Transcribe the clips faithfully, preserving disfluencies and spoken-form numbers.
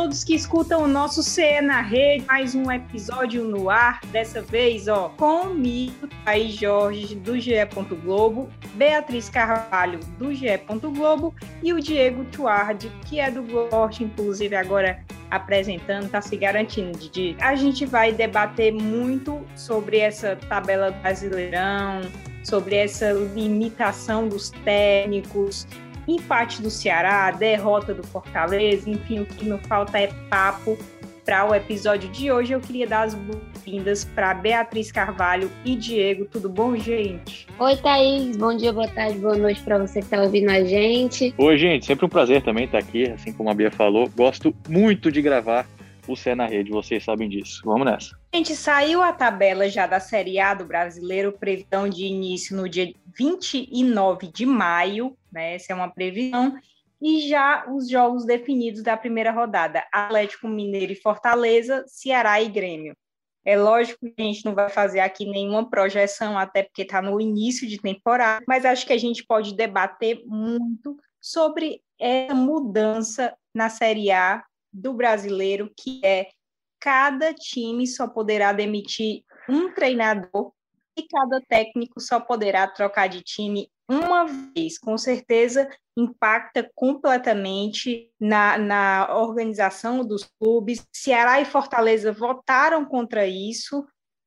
todos que escutam o nosso C E na Rede, mais um episódio no ar, dessa vez, ó, comigo, aí Jorge, do G E. Globo, Beatriz Carvalho, do G E. Globo, e o Diego Tuardi, que é do Globo, inclusive agora apresentando, está se garantindo de... A gente vai debater muito sobre essa tabela do Brasileirão, sobre essa limitação dos técnicos, empate do Ceará, derrota do Fortaleza, enfim, o que não falta é papo para o episódio de hoje. Eu queria dar as boas-vindas para Beatriz Carvalho e Diego. Tudo bom, gente? Oi, Thaís. Bom dia, boa tarde, boa noite para você que está ouvindo a gente. Oi, gente. Sempre um prazer também estar aqui, assim como a Bia falou. Gosto muito de gravar o C E na Rede, vocês sabem disso. Vamos nessa. Gente, saiu a tabela já da Série A do Brasileiro, previsão de início no dia vinte e nove de maio, né? Essa é uma previsão. E já os jogos definidos da primeira rodada: Atlético Mineiro e Fortaleza, Ceará e Grêmio. É lógico que a gente não vai fazer aqui nenhuma projeção, até porque está no início de temporada, mas acho que a gente pode debater muito sobre essa mudança na Série A do Brasileiro, que é cada time só poderá demitir um treinador e cada técnico só poderá trocar de time uma vez. Com certeza impacta completamente na, na organização dos clubes. Ceará e Fortaleza votaram contra isso,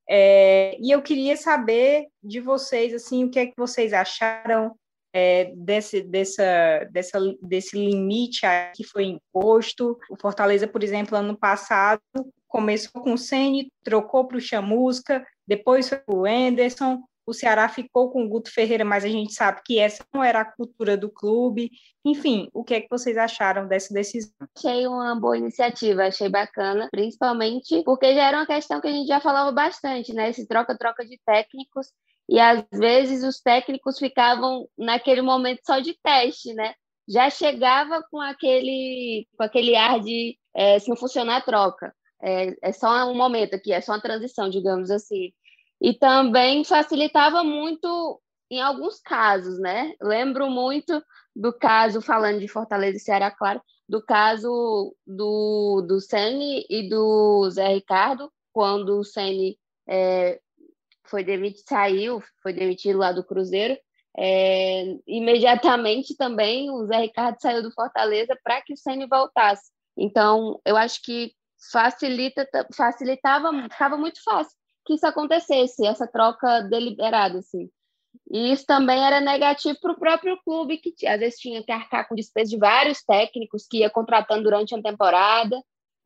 é, e eu queria saber de vocês, assim, o que é que vocês acharam É, desse, dessa, dessa, desse limite que foi imposto. O Fortaleza, por exemplo, ano passado, começou com o Ceni, trocou para o Chamusca, depois foi para o Anderson, o Ceará ficou com o Guto Ferreira, mas a gente sabe que essa não era a cultura do clube. Enfim, o que é que vocês acharam dessa decisão? Achei uma boa iniciativa, achei bacana, principalmente porque já era uma questão que a gente já falava bastante, né? Esse troca-troca de técnicos, e às vezes os técnicos ficavam naquele momento só de teste, né? Já chegava com aquele, com aquele ar de é, se não funcionar a troca. É, é só um momento aqui, é só uma transição, digamos assim. E também facilitava muito em alguns casos, né? Lembro muito do caso, falando de Fortaleza e Ceará, claro, do caso do, do Ceni e do Zé Ricardo, quando o Ceni é, foi demitido, saiu, foi demitido lá do Cruzeiro. É, imediatamente também o Zé Ricardo saiu do Fortaleza para que o Ceni voltasse. Então, eu acho que facilita, facilitava, ficava muito fácil que isso acontecesse, essa troca deliberada, assim. E isso também era negativo para o próprio clube, que às vezes tinha que arcar com despesa de vários técnicos que ia contratando durante a temporada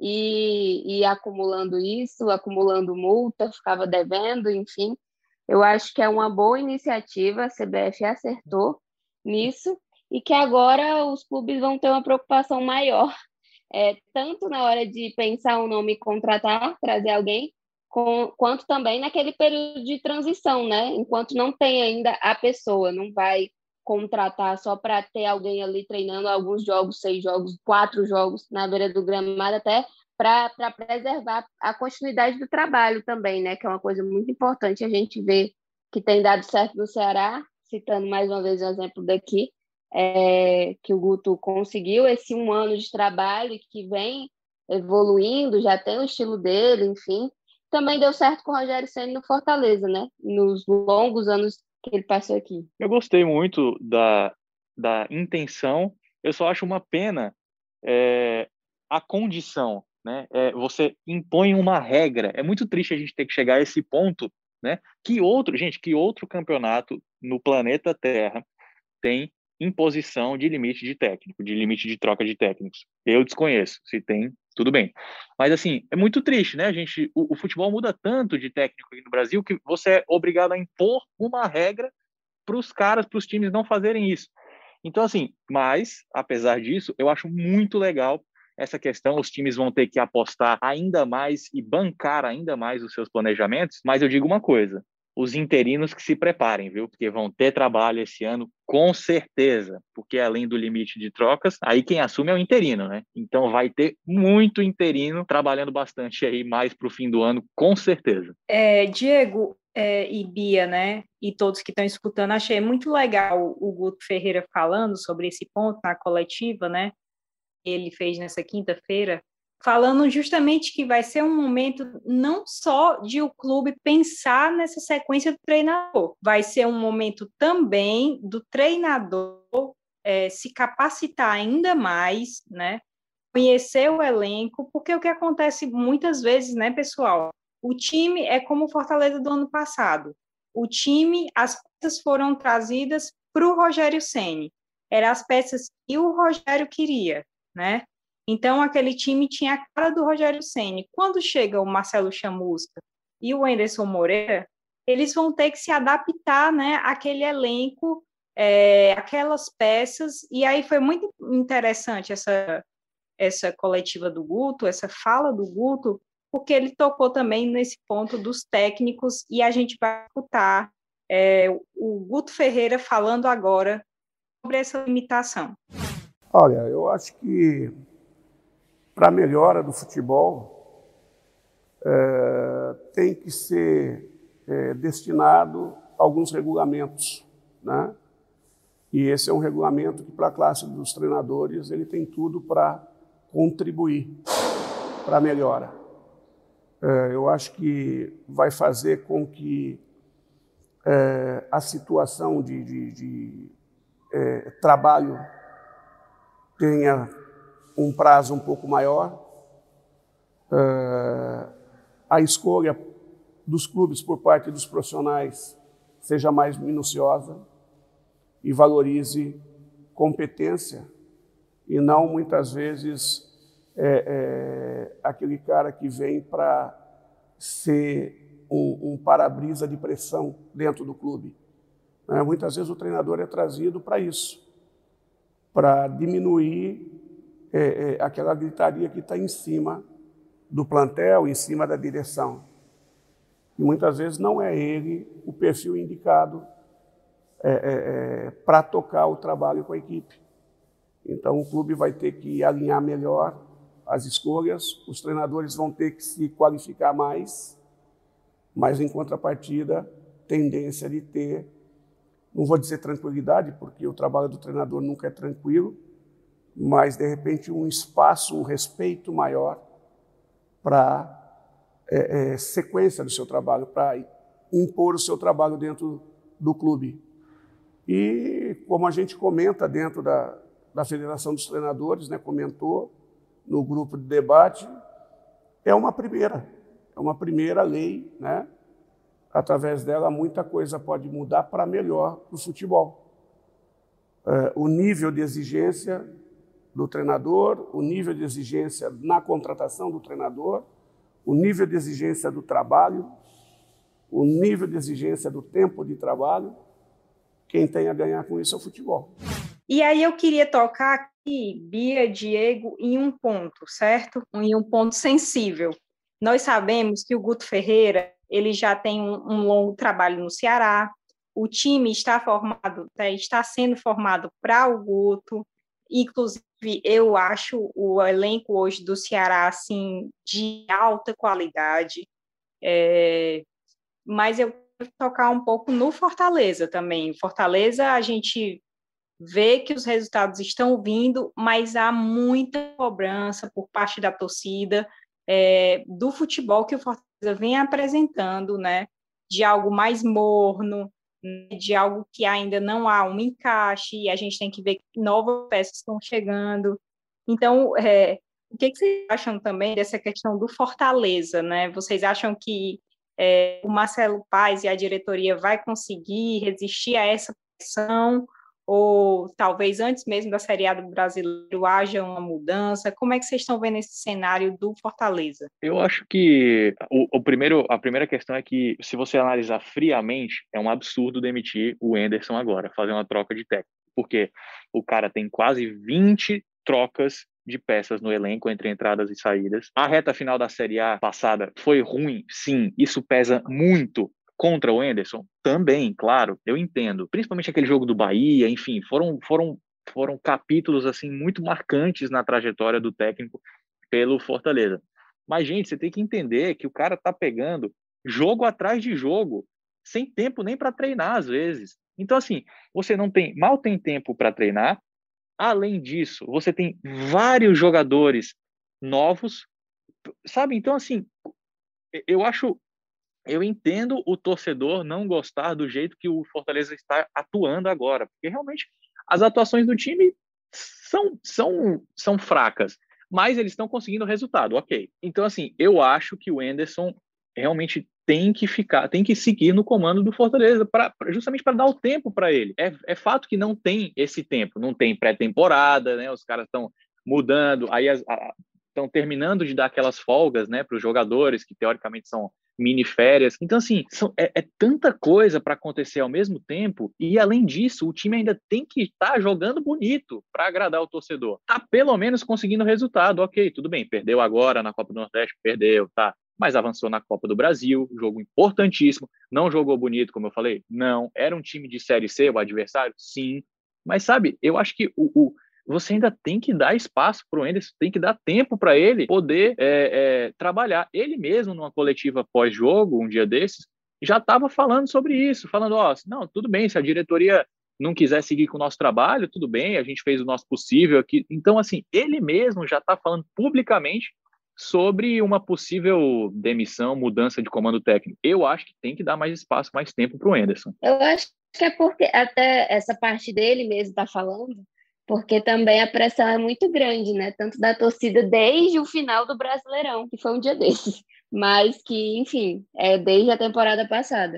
e ia acumulando isso, acumulando multa, ficava devendo, enfim. Eu acho que é uma boa iniciativa, a C B F acertou nisso, e que agora os clubes vão ter uma preocupação maior, é, tanto na hora de pensar um nome e contratar, trazer alguém, com, quanto também naquele período de transição, né? Enquanto não tem ainda a pessoa, não vai contratar só para ter alguém ali treinando alguns jogos, seis jogos, quatro jogos na beira do gramado, até para preservar a continuidade do trabalho também, né? Que é uma coisa muito importante a gente ver que tem dado certo no Ceará, citando mais uma vez o exemplo daqui, é, que o Guto conseguiu esse um ano de trabalho que vem evoluindo, já tem o estilo dele, enfim. Também deu certo com o Rogério Ceni no Fortaleza, né? Nos longos anos que ele passou aqui. Eu gostei muito da, da intenção, eu só acho uma pena é, a condição, né? É, você impõe uma regra. É muito triste a gente ter que chegar a esse ponto, né? Que outro, gente, que outro campeonato no planeta Terra tem imposição de limite de técnico, de limite de troca de técnicos? Eu desconheço. Se tem, tudo bem. Mas, assim, é muito triste, né, gente? O, o futebol muda tanto de técnico aqui no Brasil que você é obrigado a impor uma regra para os caras, para os times não fazerem isso. Então, assim, mas, apesar disso, eu acho muito legal essa questão. Os times vão ter que apostar ainda mais e bancar ainda mais os seus planejamentos, mas eu digo uma coisa: os interinos que se preparem, viu? Porque vão ter trabalho esse ano, com certeza, porque além do limite de trocas, aí quem assume é o interino, né? Então vai ter muito interino trabalhando bastante aí mais para o fim do ano, com certeza. É, Diego é, e Bia, né? E todos que estão escutando, achei muito legal o Guto Ferreira falando sobre esse ponto na coletiva, né? Ele fez nessa quinta-feira, falando justamente que vai ser um momento não só de o clube pensar nessa sequência do treinador, vai ser um momento também do treinador é, se capacitar ainda mais, né? Conhecer o elenco, porque o que acontece muitas vezes, né, pessoal? O time é como o Fortaleza do ano passado. O time, as peças foram trazidas para o Rogério Ceni. Eram as peças que o Rogério queria, né? Então, aquele time tinha a cara do Rogério Ceni. Quando chega o Marcelo Chamusca e o Anderson Moreira, eles vão ter que se adaptar, né, àquele elenco, é, aquelas peças, e aí foi muito interessante essa, essa coletiva do Guto, essa fala do Guto, porque ele tocou também nesse ponto dos técnicos, e a gente vai escutar é, o Guto Ferreira falando agora sobre essa limitação. Olha, eu acho que para a melhora do futebol é, tem que ser é, destinado a alguns regulamentos, né? E esse é um regulamento que, para a classe dos treinadores, ele tem tudo para contribuir para a melhora. É, eu acho que vai fazer com que é, a situação de, de, de é, trabalho tenha um prazo um pouco maior, é, a escolha dos clubes por parte dos profissionais seja mais minuciosa e valorize competência e não, muitas vezes, é, é, aquele cara que vem para ser um, um para-brisa de pressão dentro do clube. É, muitas vezes o treinador é trazido para isso, para diminuir é, é, aquela gritaria que está em cima do plantel, em cima da direção. E muitas vezes não é ele o perfil indicado é, é, é, para tocar o trabalho com a equipe. Então o clube vai ter que alinhar melhor as escolhas, os treinadores vão ter que se qualificar mais, mas em contrapartida, tendência de ter, não vou dizer tranquilidade, porque o trabalho do treinador nunca é tranquilo, mas de repente um espaço, um respeito maior para é, é, sequência do seu trabalho, para impor o seu trabalho dentro do clube. E como a gente comenta dentro da, da Federação dos Treinadores, né, comentou no grupo de debate, é uma primeira, é uma primeira lei, né? Através dela muita coisa pode mudar para melhor o futebol. É, o nível de exigência do treinador, o nível de exigência na contratação do treinador, o nível de exigência do trabalho, o nível de exigência do tempo de trabalho, quem tem a ganhar com isso é o futebol. E aí eu queria tocar aqui, Bia, Diego, em um ponto, certo? Em um ponto sensível. Nós sabemos que o Guto Ferreira, ele já tem um, um longo trabalho no Ceará, o time está formado, está sendo formado para o Guto, inclusive eu acho o elenco hoje do Ceará assim, de alta qualidade, é, mas eu quero tocar um pouco no Fortaleza também. Fortaleza, a gente vê que os resultados estão vindo, mas há muita cobrança por parte da torcida é, do futebol que o Fortaleza vem apresentando, né? De algo mais morno, de algo que ainda não há um encaixe, e a gente tem que ver que novas peças estão chegando. Então, é, o que, que vocês acham também dessa questão do Fortaleza, né? Vocês acham que é, o Marcelo Paes e a diretoria vai conseguir resistir a essa pressão? Ou talvez antes mesmo da Série A do Brasileiro haja uma mudança? Como é que vocês estão vendo esse cenário do Fortaleza? Eu acho que o, o primeiro, a primeira questão é que, se você analisar friamente, é um absurdo demitir o Anderson agora, fazer uma troca de técnico, porque o cara tem quase vinte trocas de peças no elenco entre entradas e saídas. A reta final da Série A passada foi ruim, sim, isso pesa muito. Contra o Anderson? Também, claro, eu entendo. Principalmente aquele jogo do Bahia, enfim, foram, foram, foram capítulos assim muito marcantes na trajetória do técnico pelo Fortaleza. Mas, gente, você tem que entender que o cara tá pegando jogo atrás de jogo, sem tempo nem para treinar, às vezes. Então, assim, você não tem, mal tem tempo para treinar. Além disso, você tem vários jogadores novos sabe? Então, assim, eu acho, eu entendo o torcedor não gostar do jeito que o Fortaleza está atuando agora, porque realmente as atuações do time são, são, são fracas, mas eles estão conseguindo resultado, ok. Então, assim, eu acho que o Anderson realmente tem que ficar, tem que seguir no comando do Fortaleza, pra, justamente para dar o tempo para ele. É, é fato que não tem esse tempo, não tem pré-temporada, né? Os caras estão mudando, aí estão terminando de dar aquelas folgas, né, para os jogadores, que teoricamente são mini férias. Então, assim, são, é, é tanta coisa para acontecer ao mesmo tempo, e além disso, o time ainda tem que estar tá jogando bonito para agradar o torcedor. Tá pelo menos conseguindo resultado, ok, tudo bem, perdeu agora na Copa do Nordeste, perdeu, tá, mas avançou na Copa do Brasil, jogo importantíssimo, não jogou bonito, como eu falei? Não. Era um time de Série C, o adversário? Sim. Mas, sabe, eu acho que o, o você ainda tem que dar espaço para o Anderson, tem que dar tempo para ele poder é, é, trabalhar. Ele mesmo, numa coletiva pós-jogo, um dia desses, já estava falando sobre isso, falando, ó, não, tudo bem, se a diretoria não quiser seguir com o nosso trabalho, tudo bem, a gente fez o nosso possível aqui. Então, assim, ele mesmo já está falando publicamente sobre uma possível demissão, mudança de comando técnico. Eu acho que tem que dar mais espaço, mais tempo para o Anderson. Eu acho que é porque até essa parte dele mesmo está falando, porque também a pressão é muito grande, né? Tanto da torcida desde o final do Brasileirão, que foi um dia desses, mas que, enfim, é desde a temporada passada.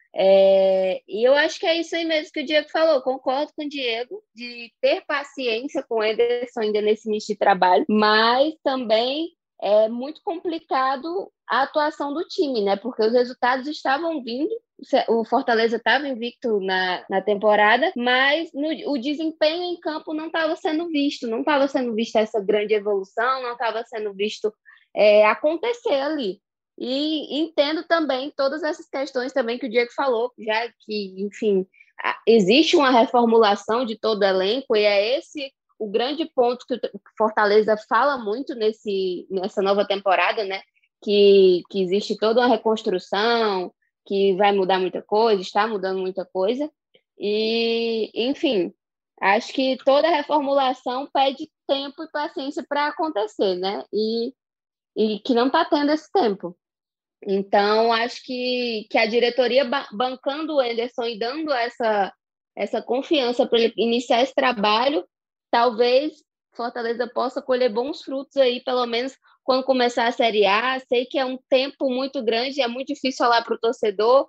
É, e eu acho que é isso aí mesmo que o Diego falou, concordo com o Diego, de ter paciência com o Anderson ainda nesse início de trabalho, mas também é muito complicado a atuação do time, né? Porque os resultados estavam vindo, o Fortaleza estava invicto na, na temporada, mas no, o desempenho em campo não estava sendo visto, não estava sendo vista essa grande evolução, não estava sendo visto é, acontecer ali. E entendo também todas essas questões também que o Diego falou, já que, enfim, existe uma reformulação de todo o elenco, e é esse o grande ponto que o Fortaleza fala muito nesse, nessa nova temporada, né? Que, que existe toda uma reconstrução, que vai mudar muita coisa, está mudando muita coisa. E, enfim, acho que toda reformulação pede tempo e paciência para acontecer, né? E, e que não está tendo esse tempo. Então, acho que, que a diretoria bancando o Anderson e dando essa, essa confiança para ele iniciar esse trabalho, talvez Fortaleza possa colher bons frutos aí, pelo menos quando começar a Série A. Sei que é um tempo muito grande, é muito difícil falar para o torcedor,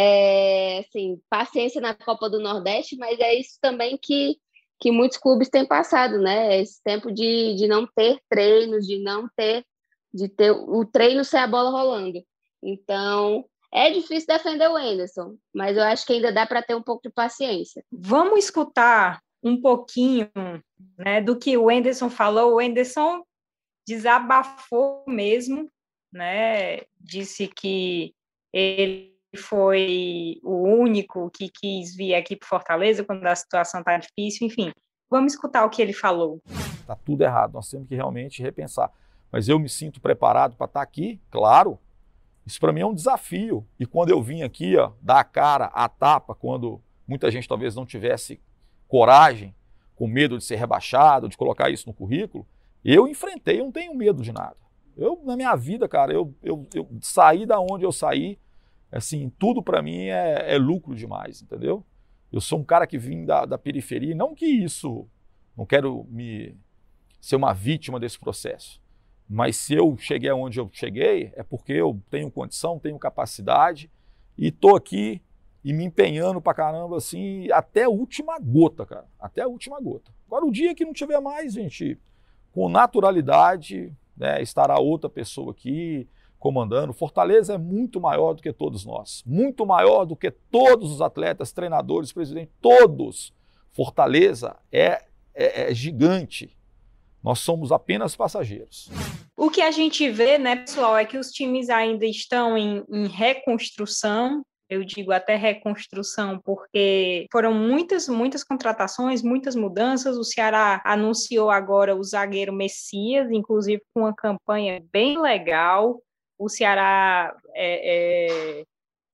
é, assim, paciência na Copa do Nordeste, mas é isso também que, que muitos clubes têm passado, né? Esse tempo de, de não ter treinos, de não ter, de ter o treino ser a bola rolando. Então, é difícil defender o Anderson, mas eu acho que ainda dá para ter um pouco de paciência. Vamos escutar um pouquinho, né, do que o Anderson falou. O Anderson desabafou mesmo, né? Disse que ele foi o único que quis vir aqui para Fortaleza quando a situação está difícil. Enfim, vamos escutar o que ele falou. Está tudo errado, nós temos que realmente repensar. Mas eu me sinto preparado para estar aqui, claro. Isso para mim é um desafio. E quando eu vim aqui, ó, dar a cara, a tapa, quando muita gente talvez não tivesse coragem, com medo de ser rebaixado, de colocar isso no currículo, eu enfrentei, eu não tenho medo de nada. Eu, na minha vida, cara, eu, eu, eu saí da onde eu saí, assim, tudo para mim é, é lucro demais, entendeu? Eu sou um cara que vim da, da periferia, não que isso, não quero me ser uma vítima desse processo. Mas se eu cheguei aonde eu cheguei, é porque eu tenho condição, tenho capacidade e estou aqui e me empenhando pra caramba, assim, até a última gota, cara. Até a última gota. Agora, o dia que não tiver mais, gente, com naturalidade, né, estará outra pessoa aqui comandando. Fortaleza é muito maior do que todos nós. Muito maior do que todos os atletas, treinadores, presidentes, todos. Fortaleza é, é, é gigante. Nós somos apenas passageiros. O que a gente vê, né, pessoal, é que os times ainda estão em, em reconstrução. Eu digo até reconstrução porque foram muitas, muitas contratações, muitas mudanças. O Ceará anunciou agora o zagueiro Messias, inclusive com uma campanha bem legal. O Ceará é, é,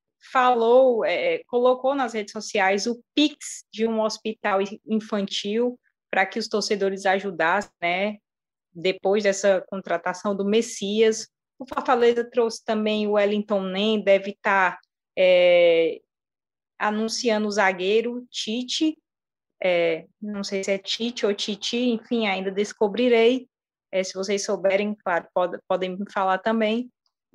falou, é, colocou nas redes sociais o Pix de um hospital infantil para que os torcedores ajudassem, né, depois dessa contratação do Messias. O Fortaleza trouxe também o Wellington Nem, deve estar é, anunciando o zagueiro Tite, é, não sei se é Tite ou Titi, enfim, ainda descobrirei. É, se vocês souberem, claro, pode, podem me falar também.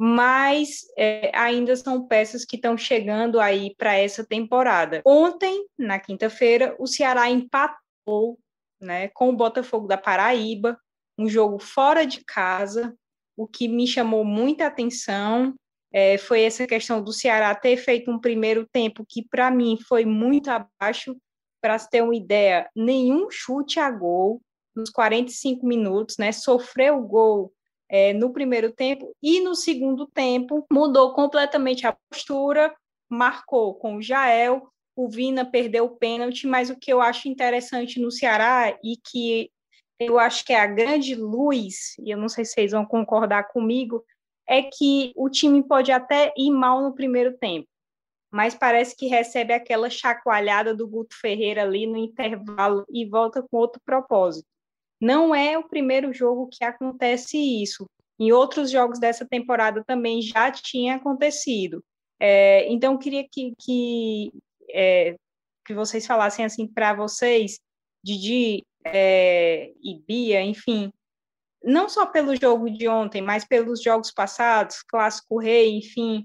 Mas é, ainda são peças que estão chegando aí para essa temporada. Ontem, na quinta-feira, o Ceará empatou, né, com o Botafogo da Paraíba, um jogo fora de casa. O que me chamou muita atenção é, foi essa questão do Ceará ter feito um primeiro tempo que, para mim, foi muito abaixo. Para se ter uma ideia, nenhum chute a gol nos quarenta e cinco minutos, né? Sofreu gol é, no primeiro tempo e no segundo tempo mudou completamente a postura, marcou com o Jael, o Vina perdeu o pênalti, mas o que eu acho interessante no Ceará e que eu acho que é a grande luz, e eu não sei se vocês vão concordar comigo, é que o time pode até ir mal no primeiro tempo, mas parece que recebe aquela chacoalhada do Guto Ferreira ali no intervalo e volta com outro propósito. Não é o primeiro jogo que acontece isso. Em outros jogos dessa temporada também já tinha acontecido. É, então, eu queria que, que, é, que vocês falassem assim para vocês, Didi é, e Bia, enfim, não só pelo jogo de ontem, mas pelos jogos passados, Clássico Rei, enfim,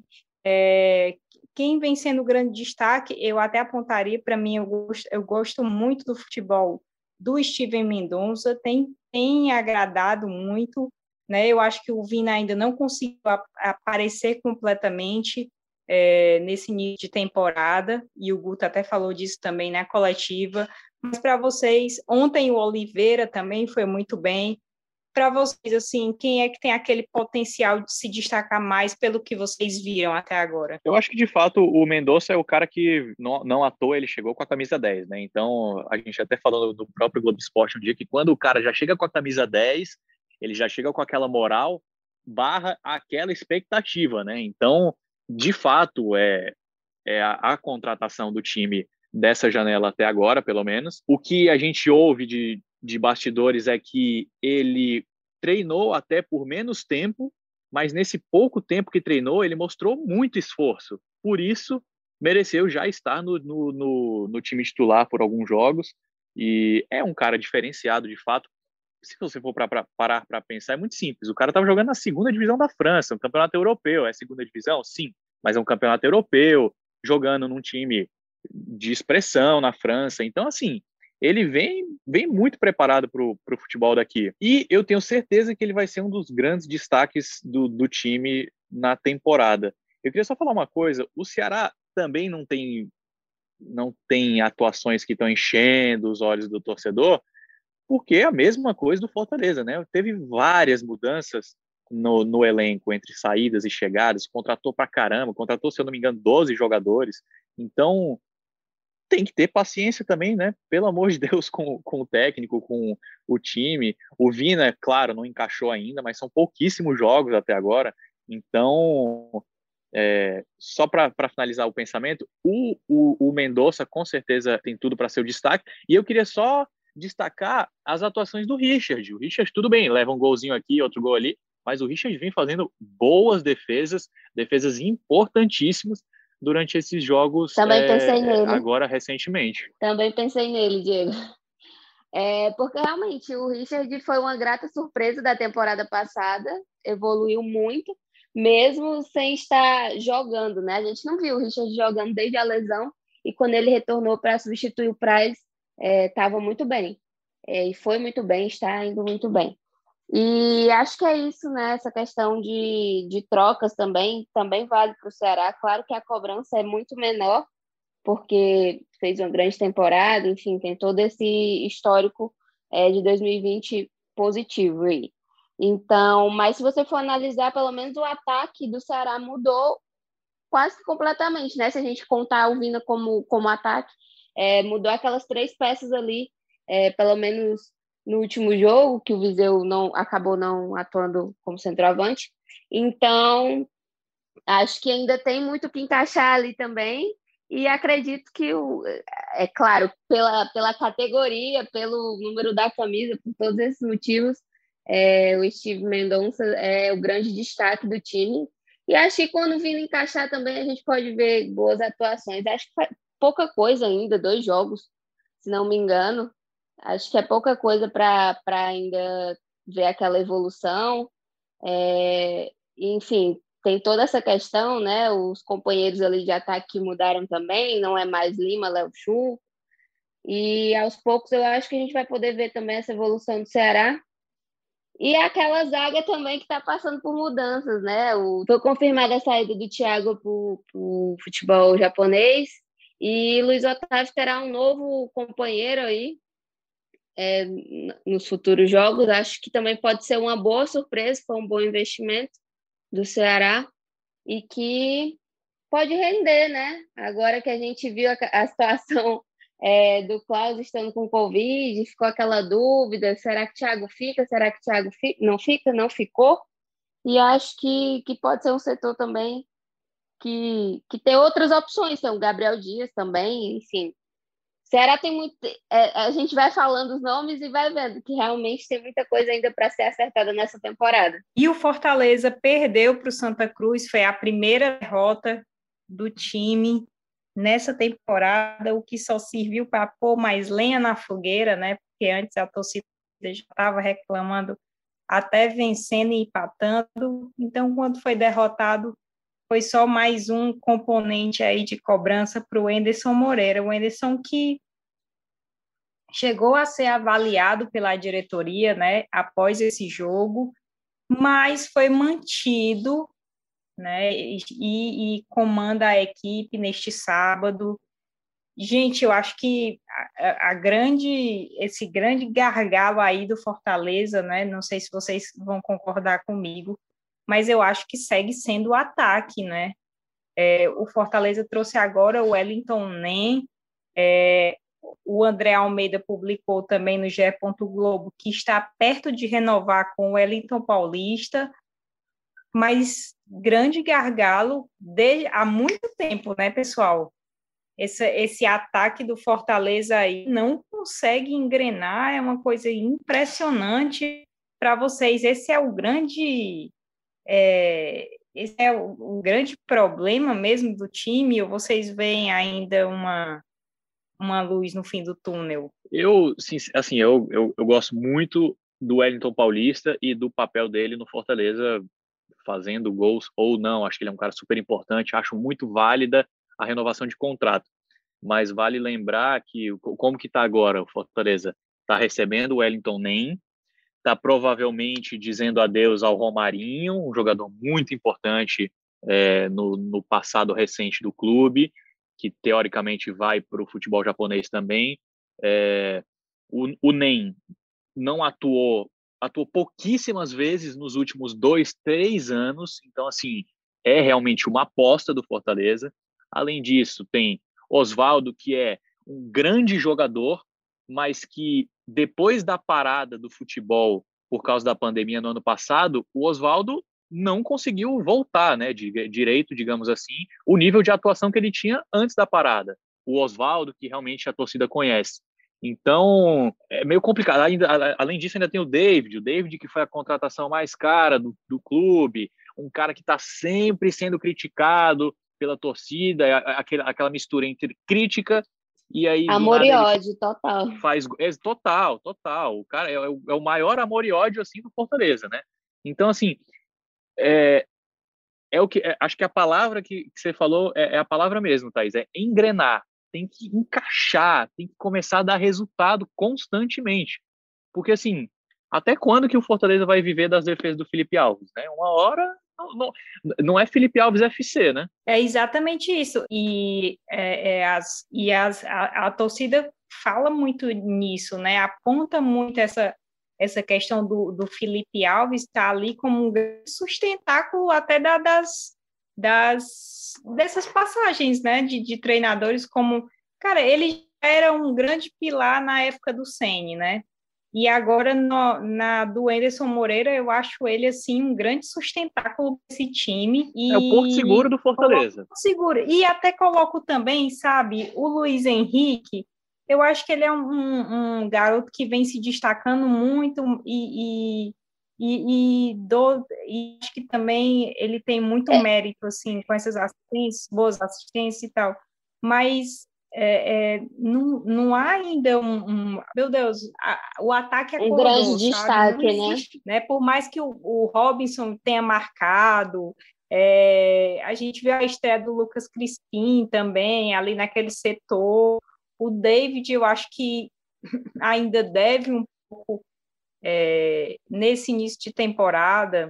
é, quem vem sendo o grande destaque, eu até apontaria, para mim, eu gosto, eu gosto muito do futebol do Steven Mendonça, tem, tem agradado muito, né? Eu acho que o Vina ainda não conseguiu a, aparecer completamente é, nesse início de temporada, e o Guto até falou disso também na coletiva, mas para vocês, ontem o Oliveira também foi muito bem. Para vocês, assim, quem é que tem aquele potencial de se destacar mais pelo que vocês viram até agora? Eu acho que, de fato, o Mendonça é o cara que, não, não à toa, ele chegou com a camisa dez, né? Então, a gente até falou do próprio Globo Esporte um dia que quando o cara já chega com a camisa dez, ele já chega com aquela moral barra aquela expectativa, né? Então, de fato, é, é a, a contratação do time dessa janela até agora, pelo menos. O que a gente ouve de, de bastidores é que ele treinou até por menos tempo, mas nesse pouco tempo que treinou, ele mostrou muito esforço. Por isso, mereceu já estar no, no, no, no time titular por alguns jogos. E é um cara diferenciado, de fato. Se você for pra, pra, parar para pensar, é muito simples. O cara estava jogando na segunda divisão da França, um campeonato europeu. É segunda divisão? Sim, mas é um campeonato europeu, jogando num time de expressão na França. Então, assim, ele vem, vem muito preparado para o futebol daqui. E eu tenho certeza que ele vai ser um dos grandes destaques do, do time na temporada. Eu queria só falar uma coisa, o Ceará também não tem, não tem atuações que estão enchendo os olhos do torcedor, porque é a mesma coisa do Fortaleza, né? Teve várias mudanças no, no elenco, entre saídas e chegadas, contratou pra caramba, contratou, se eu não me engano, doze jogadores. Então, tem que ter paciência também, né? Pelo amor de Deus, com, com o técnico, com o time. O Vina, claro, não encaixou ainda, mas são pouquíssimos jogos até agora. Então, é, só para finalizar o pensamento, o, o, o Mendonça com certeza tem tudo para ser o destaque. E eu queria só destacar as atuações do Richard. O Richard, tudo bem, leva um golzinho aqui, outro gol ali, mas o Richard vem fazendo boas defesas, defesas importantíssimas durante esses jogos. Também é, pensei nele. Agora, recentemente. Também pensei nele, Diego. É, porque realmente o Richard foi uma grata surpresa da temporada passada, evoluiu muito, mesmo sem estar jogando, né? A gente não viu o Richard jogando desde a lesão, e quando ele retornou para substituir o Praz, estava é, muito bem. É, e foi muito bem, está indo muito bem. E acho que é isso, né? Essa questão de, de trocas também, também vale para o Ceará. Claro que a cobrança é muito menor, porque fez uma grande temporada, enfim, tem todo esse histórico é, de dois mil e vinte positivo aí. Então, mas se você for analisar, pelo menos o ataque do Ceará mudou quase completamente, né? Se a gente contar o Vina como, como ataque, é, mudou aquelas três peças ali, é, pelo menos no último jogo, que o Viseu não, acabou não atuando como centroavante. Então, acho que ainda tem muito que encaixar ali também, e acredito que, o, é claro, pela, pela categoria, pelo número da camisa, por todos esses motivos, É, o Steve Mendonça é o grande destaque do time. E acho que quando vindo encaixar também a gente pode ver boas atuações. Acho que faz pouca coisa ainda, dois jogos, se não me engano. Acho que é pouca coisa para ainda ver aquela evolução. É, enfim, tem toda essa questão, né? Os companheiros ali de ataque que mudaram também, não é mais Lima, Léo Chu. E aos poucos eu acho que a gente vai poder ver também essa evolução do Ceará. E aquela zaga também que está passando por mudanças, né? O, foi confirmada a saída do Thiago para o futebol japonês e Luiz Otávio terá um novo companheiro aí é, nos futuros jogos. Acho que também pode ser uma boa surpresa, foi um bom investimento do Ceará e que pode render, né? Agora que a gente viu a, a situação é, do Klaus estando com Covid, ficou aquela dúvida, será que Thiago fica? Será que Thiago fica? Não fica? Não ficou? E acho que, que pode ser um setor também que, que tem outras opções, tem o Gabriel Dias também, enfim. Ceará tem muito... É, a gente vai falando os nomes e vai vendo que realmente tem muita coisa ainda para ser acertada nessa temporada. E o Fortaleza perdeu para o Santa Cruz, foi a primeira derrota do time nessa temporada, o que só serviu para pôr mais lenha na fogueira, né? Porque antes a torcida já estava reclamando, até vencendo e empatando. Então, quando foi derrotado, foi só mais um componente aí de cobrança para o Wenderson Moreira. O Wenderson que chegou a ser avaliado pela diretoria, né, após esse jogo, mas foi mantido, né, e, e comanda a equipe neste sábado. Gente, eu acho que a, a grande, esse grande gargalo aí do Fortaleza, né, não sei se vocês vão concordar comigo, mas eu acho que segue sendo o ataque, né? É, o Fortaleza trouxe agora o Wellington Nem, é, o André Almeida publicou também no G E. Globo que está perto de renovar com o Wellington Paulista, mas grande gargalo desde, há muito tempo, né, pessoal? Esse, esse ataque do Fortaleza aí não consegue engrenar, é uma coisa impressionante para vocês. Esse é o grande... É, esse é o, o grande problema mesmo do time, ou vocês veem ainda uma, uma luz no fim do túnel? Eu, assim, eu, eu, eu gosto muito do Wellington Paulista e do papel dele no Fortaleza, fazendo gols ou não. Acho que ele é um cara super importante, acho muito válida a renovação de contrato. Mas vale lembrar que, como que está agora o Fortaleza? Está recebendo o Wellington Nem, está provavelmente dizendo adeus ao Romarinho, um jogador muito importante é, no, no passado recente do clube, que teoricamente vai para o futebol japonês também. É, o, o Nem não atuou, atuou pouquíssimas vezes nos últimos dois, três anos, então, assim, é realmente uma aposta do Fortaleza. Além disso, tem Oswaldo, que é um grande jogador, mas que depois da parada do futebol por causa da pandemia no ano passado, o Oswaldo não conseguiu voltar, né, de, direito, digamos assim, o nível de atuação que ele tinha antes da parada. O Oswaldo, que realmente a torcida conhece. Então, é meio complicado. Ainda, além disso, ainda tem o David, o David que foi a contratação mais cara do, do clube, um cara que está sempre sendo criticado pela torcida, aquela, aquela mistura entre crítica e aí amor e ódio, total. Faz, é, total, total. O cara é, é, o, é o maior amor e ódio assim do Fortaleza, né? Então, assim, é, é o que é, acho que a palavra que, que você falou é, é a palavra mesmo, Thaís, é engrenar. Tem que encaixar, tem que começar a dar resultado constantemente. Porque, assim, até quando que o Fortaleza vai viver das defesas do Felipe Alves, né? Uma hora não, não, não é Felipe Alves F C, né? É exatamente isso. E, é, é, as, e as, a, a torcida fala muito nisso, né? Aponta muito essa, essa questão do, do Felipe Alves estar ali como um sustentáculo até da, das, das dessas passagens, né? De, de treinadores como... Cara, ele era um grande pilar na época do Ceni, né? E agora, no, na do Wenderson Moreira, eu acho ele, assim, um grande sustentáculo desse time. E é o porto seguro do Fortaleza. Seguro. E até coloco também, sabe, o Luiz Henrique, eu acho que ele é um, um, um garoto que vem se destacando muito e, e E, e, do, e acho que também ele tem muito É. mérito, assim, com essas assistências, boas assistências e tal, mas é, é, não, não há ainda um, um meu Deus, a, o ataque Um grande acordou, sabe? Não destaque, né? existe, né? Por mais que o, o Robinson tenha marcado, é, a gente viu a estreia do Lucas Crispim também, ali naquele setor, o David, eu acho que ainda deve um pouco é, nesse início de temporada,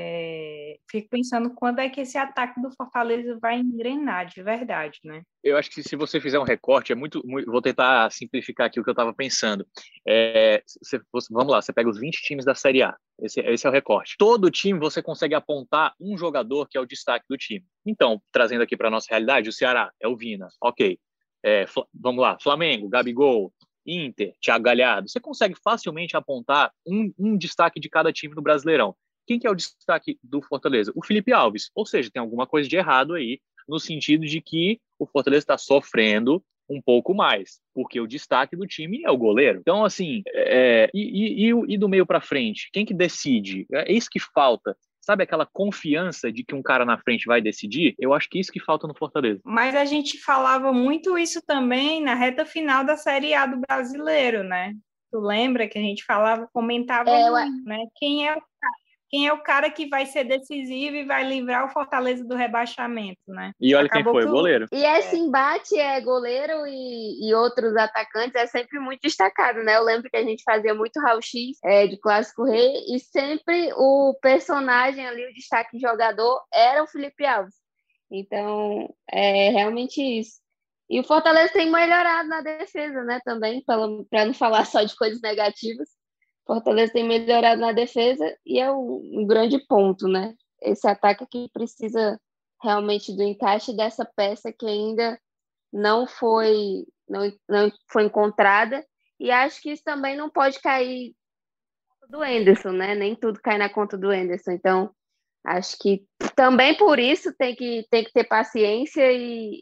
é, fico pensando quando é que esse ataque do Fortaleza vai engrenar de verdade, né? Eu acho que se você fizer um recorte, é muito, muito vou tentar simplificar aqui o que eu estava pensando. É, você, você, vamos lá, você pega os vinte times da Série A, esse, esse é o recorte. Todo time você consegue apontar um jogador que é o destaque do time. Então, trazendo aqui para a nossa realidade, o Ceará é o Vina, ok. É, vamos lá, Flamengo, Gabigol, Inter, Thiago Galhardo, você consegue facilmente apontar um, um destaque de cada time no Brasileirão. Quem que é o destaque do Fortaleza? O Felipe Alves. Ou seja, tem alguma coisa de errado aí, no sentido de que o Fortaleza está sofrendo um pouco mais, porque o destaque do time é o goleiro. Então, assim, é, e, e, e do meio para frente, quem que decide? É isso que falta. Sabe aquela confiança de que um cara na frente vai decidir? Eu acho que é isso que falta no Fortaleza. Mas a gente falava muito isso também na reta final da Série A do Brasileiro, né? Tu lembra que a gente falava, comentava É, muito, né? Quem é o Quem é o cara que vai ser decisivo e vai livrar o Fortaleza do rebaixamento, né? E olha Acabou quem foi, que o goleiro. E esse é. embate é goleiro e, e outros atacantes é sempre muito destacado, né? Eu lembro que a gente fazia muito raio-x é, de Clássico Rei e sempre o personagem ali, o destaque jogador, era o Felipe Alves. Então, é realmente isso. E o Fortaleza tem melhorado na defesa, né? Também, para não falar só de coisas negativas. Fortaleza tem melhorado na defesa e é um, um grande ponto, né? Esse ataque que precisa realmente do encaixe dessa peça que ainda não foi, não, não foi encontrada. E acho que isso também não pode cair na conta do Enderson, né? Nem tudo cai na conta do Enderson. Então, acho que também por isso tem que, tem que ter paciência e,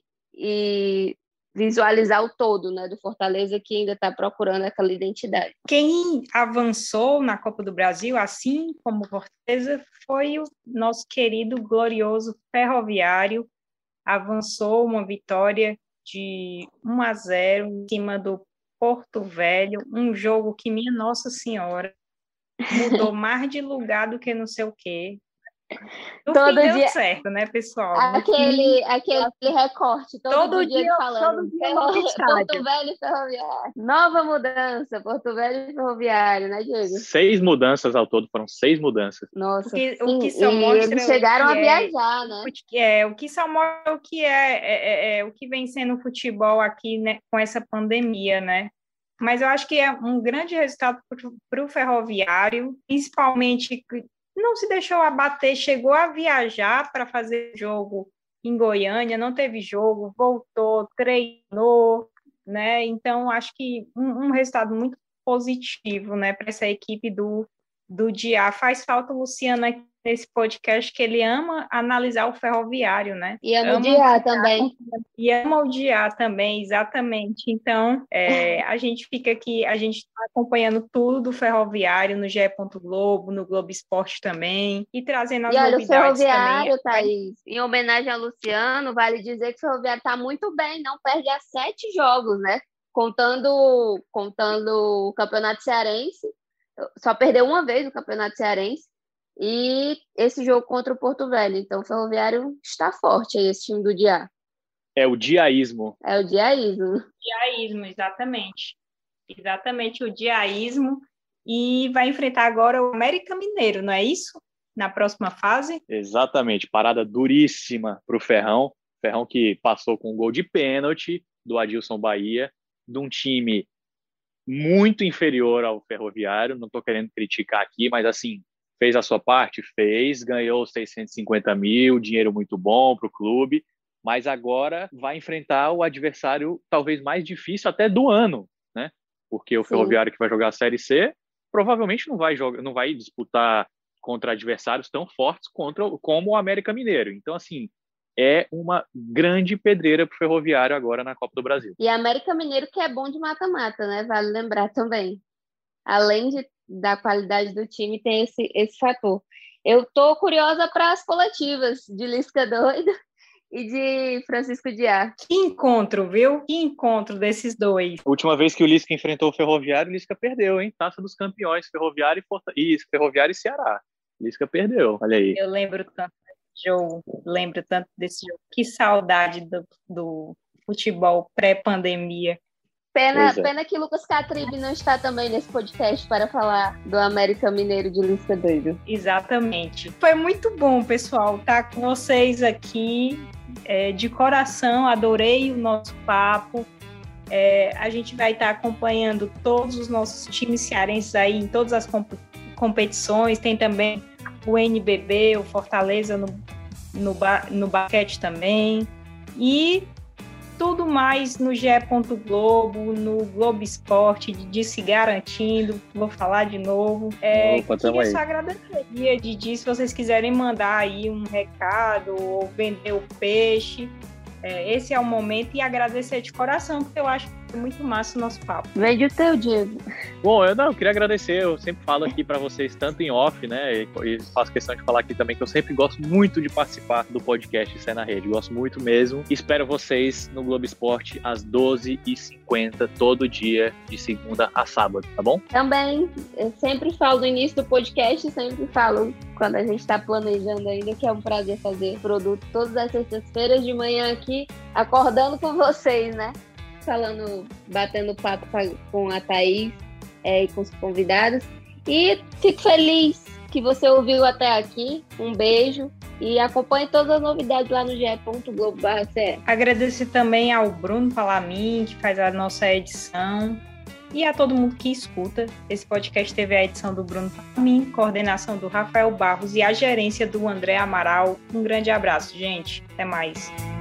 e visualizar o todo, né, do Fortaleza, que ainda está procurando aquela identidade. Quem avançou na Copa do Brasil, assim como o Fortaleza, foi o nosso querido, glorioso Ferroviário. Avançou uma vitória de um a zero em cima do Porto Velho, um jogo que, minha Nossa Senhora, mudou mais de lugar do que não sei o quê. No todo fim dia deu certo, né, pessoal? Aquele, aquele recorte, todo, todo dia, dia falando todo dia no estádio. Porto Velho e Ferroviário. Nova mudança, Porto Velho e Ferroviário, né, Diego? Seis mudanças ao todo, foram seis mudanças. Nossa, o que, sim. O que só e mostra eles chegaram a é, viajar, né? É, o que só mostra o que é, é, é, é o que vem sendo o futebol aqui, né, com essa pandemia, né? Mas eu acho que é um grande resultado para o Ferroviário, principalmente não se deixou abater, chegou a viajar para fazer jogo em Goiânia, não teve jogo, voltou, treinou, né? Então, acho que um, um resultado muito positivo, né, para essa equipe do, do Diá. Faz falta o Luciano aqui nesse podcast, que ele ama analisar o Ferroviário, né? E ama o Diá também. E ama o Diá também, exatamente. Então, é, a gente fica aqui, a gente está acompanhando tudo do Ferroviário no G E. Globo, no Globo Esporte também, e trazendo as e olha, novidades o Ferroviário, também. Thaís, em homenagem a Luciano, vale dizer que o Ferroviário está muito bem, não perde há sete jogos, né? Contando, contando o Campeonato Cearense, só perdeu uma vez o Campeonato Cearense, e esse jogo contra o Porto Velho. Então, o Ferroviário está forte aí, esse time do Diá. É o diaísmo. É o diaísmo. Diaísmo, exatamente. Exatamente, o diaísmo. E vai enfrentar agora o América Mineiro, não é isso? Na próxima fase? Exatamente. Parada duríssima para o Ferrão. Ferrão que passou com um gol de pênalti do Adilson Bahia, de um time muito inferior ao Ferroviário. Não estou querendo criticar aqui, mas assim, fez a sua parte? Fez, ganhou seiscentos e cinquenta mil, dinheiro muito bom para o clube, mas agora vai enfrentar o adversário talvez mais difícil até do ano, né? Porque o Sim. Ferroviário que vai jogar a Série C provavelmente não vai, jogar, não vai disputar contra adversários tão fortes contra, como o América Mineiro. Então, assim, é uma grande pedreira para o Ferroviário agora na Copa do Brasil. E América Mineiro que é bom de mata-mata, né? Vale lembrar também. Além de da qualidade do time tem esse, esse fator. Eu tô curiosa para as coletivas de Lisca Doido e de Francisco Diá. Que encontro, viu? Que encontro desses dois. A última vez que o Lisca enfrentou o Ferroviário, o Lisca perdeu, hein? Taça dos Campeões, Ferroviário e, Forta... Isso, Ferroviário e Ceará. O Lisca perdeu, olha aí. Eu lembro tanto desse jogo, lembro tanto desse jogo. Que saudade do, do futebol pré-pandemia. Pena, é. pena que Lucas Catribe não está também nesse podcast para falar do América Mineiro de Lisca Doido. Exatamente. Foi muito bom, pessoal, estar com vocês aqui. É, de coração, adorei o nosso papo. É, a gente vai estar acompanhando todos os nossos times cearenses aí em todas as comp- competições. Tem também o N B B, o Fortaleza no, no, ba- no basquete também. E tudo mais no G E. Globo, no Globo Esporte, de Se Garantindo, vou falar de novo. É, Opa, queria só agradecer, Didi, se vocês quiserem mandar aí um recado ou vender o peixe, é, esse é o momento, e agradecer de coração, porque eu acho que foi muito massa o nosso papo. Vende o teu, Diego. Bom, eu não, eu queria agradecer, eu sempre falo aqui para vocês, tanto em off, né, e, e faço questão de falar aqui também, que eu sempre gosto muito de participar do podcast Sai na Rede, gosto muito mesmo. Espero vocês no Globo Esporte às doze e cinquenta, todo dia, de segunda a sábado, tá bom? Também, eu sempre falo no início do podcast, sempre falo quando a gente está planejando ainda, que é um prazer fazer produto todas as sextas-feiras de manhã aqui, acordando com vocês, né? Falando, batendo papo com a Thaís é, e com os convidados. E fico feliz que você ouviu até aqui. Um beijo e acompanhe todas as novidades lá no ge é ponto globo barra C E. Agradecer também ao Bruno Palamin, que faz a nossa edição, e a todo mundo que escuta. Esse podcast teve a edição do Bruno Palamin, coordenação do Rafael Barros e a gerência do André Amaral. Um grande abraço, gente. Até mais.